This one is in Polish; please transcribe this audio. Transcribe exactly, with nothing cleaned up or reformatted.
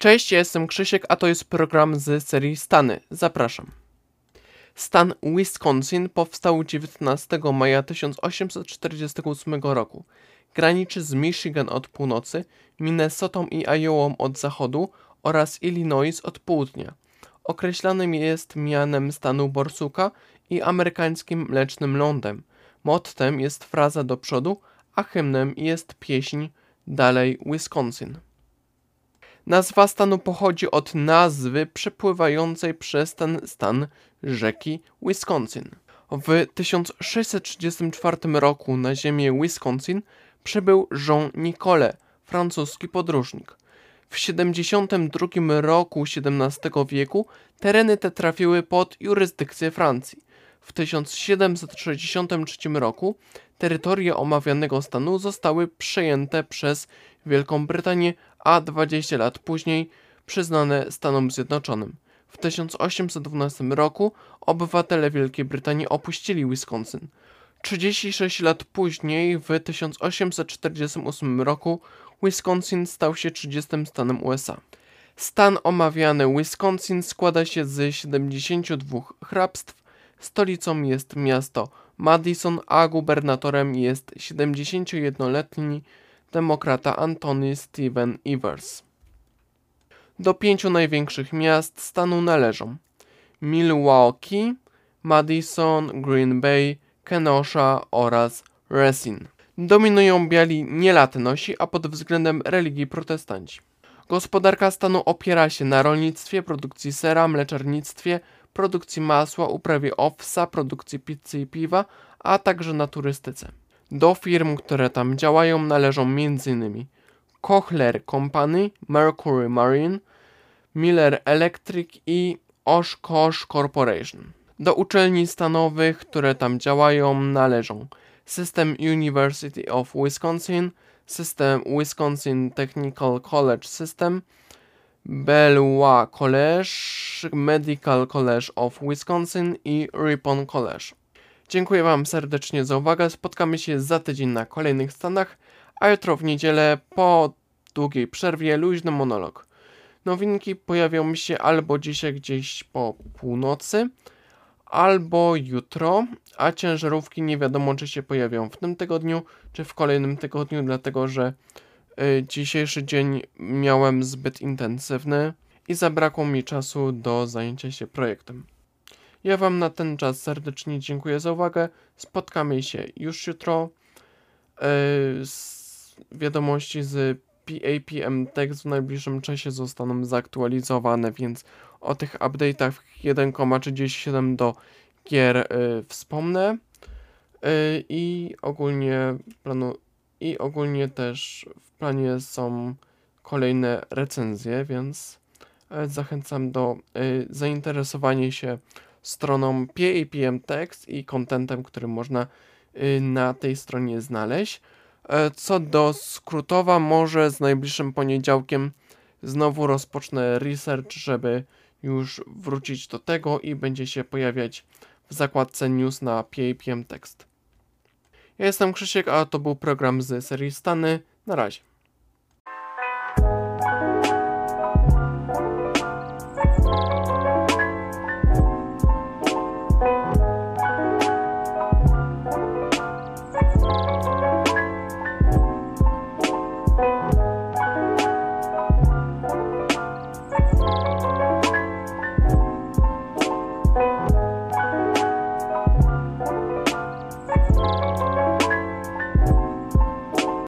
Cześć, ja jestem Krzysiek, a to jest program z serii Stany. Zapraszam. Stan Wisconsin powstał dziewiętnastego maja tysiąc osiemset czterdziestego ósmego roku. Graniczy z Michigan od północy, Minnesotą i Iową od zachodu oraz Illinois od południa. Określanym jest mianem stanu borsuka i amerykańskim mlecznym lądem. Mottem jest fraza do przodu, a hymnem jest pieśń Dalej Wisconsin. Nazwa stanu pochodzi od nazwy przepływającej przez ten stan rzeki Wisconsin. W tysiąc sześćset trzydziestym czwartym roku na ziemię Wisconsin przybył Jean Nicole, francuski podróżnik. W siedemdziesiątym drugim roku siedemnastego wieku tereny te trafiły pod jurysdykcję Francji. W tysiąc siedemset sześćdziesiątym trzecim roku terytoria omawianego stanu zostały przejęte przez Wielką Brytanię, a dwadzieścia lat później przyznane Stanom Zjednoczonym. W tysiąc osiemset dwunastym roku obywatele Wielkiej Brytanii opuścili Wisconsin. trzydzieści sześć lat później, w tysiąc osiemset czterdziestym ósmym roku, Wisconsin stał się trzydziestym stanem U S A. Stan omawiany Wisconsin składa się z siedemdziesięciu dwóch hrabstw, stolicą jest miasto Madison, a gubernatorem jest siedemdziesięciojednoletni demokrata Anthony Stephen Evers. Do pięciu największych miast stanu należą Milwaukee, Madison, Green Bay, Kenosha oraz Racine. Dominują biali nielatnosi, a pod względem religii protestanci. Gospodarka stanu opiera się na rolnictwie, produkcji sera, mleczarnictwie, produkcji masła, uprawie owsa, produkcji pizzy i piwa, a także na turystyce. Do firm, które tam działają, należą m.in. Kochler Company, Mercury Marine, Miller Electric i Oshkosh Corporation. Do uczelni stanowych, które tam działają, należą System University of Wisconsin, System Wisconsin Technical College System, Beloit College, Medical College of Wisconsin i Ripon College. Dziękuję Wam serdecznie za uwagę, spotkamy się za tydzień na kolejnych stanach, a jutro w niedzielę po długiej przerwie luźny monolog. Nowinki pojawią się albo dzisiaj gdzieś po północy, albo jutro, a ciężarówki nie wiadomo czy się pojawią w tym tygodniu, czy w kolejnym tygodniu, dlatego że y, dzisiejszy dzień miałem zbyt intensywny i zabrakło mi czasu do zajęcia się projektem. Ja Wam na ten czas serdecznie dziękuję za uwagę. Spotkamy się już jutro. Yy, wiadomości z P A P M Text w najbliższym czasie zostaną zaktualizowane, więc o tych update'ach jeden przecinek trzydzieści siedem do gier yy, wspomnę. Yy, I ogólnie planu i ogólnie też w planie są kolejne recenzje, więc yy, zachęcam do yy, zainteresowania się stroną P A P M Text i contentem, który można y, na tej stronie znaleźć. E, co do skrótowa, może z najbliższym poniedziałkiem znowu rozpocznę research, żeby już wrócić do tego i będzie się pojawiać w zakładce news na P A P M Text. Ja jestem Krzysiek, a to był program z serii Stany. Na razie.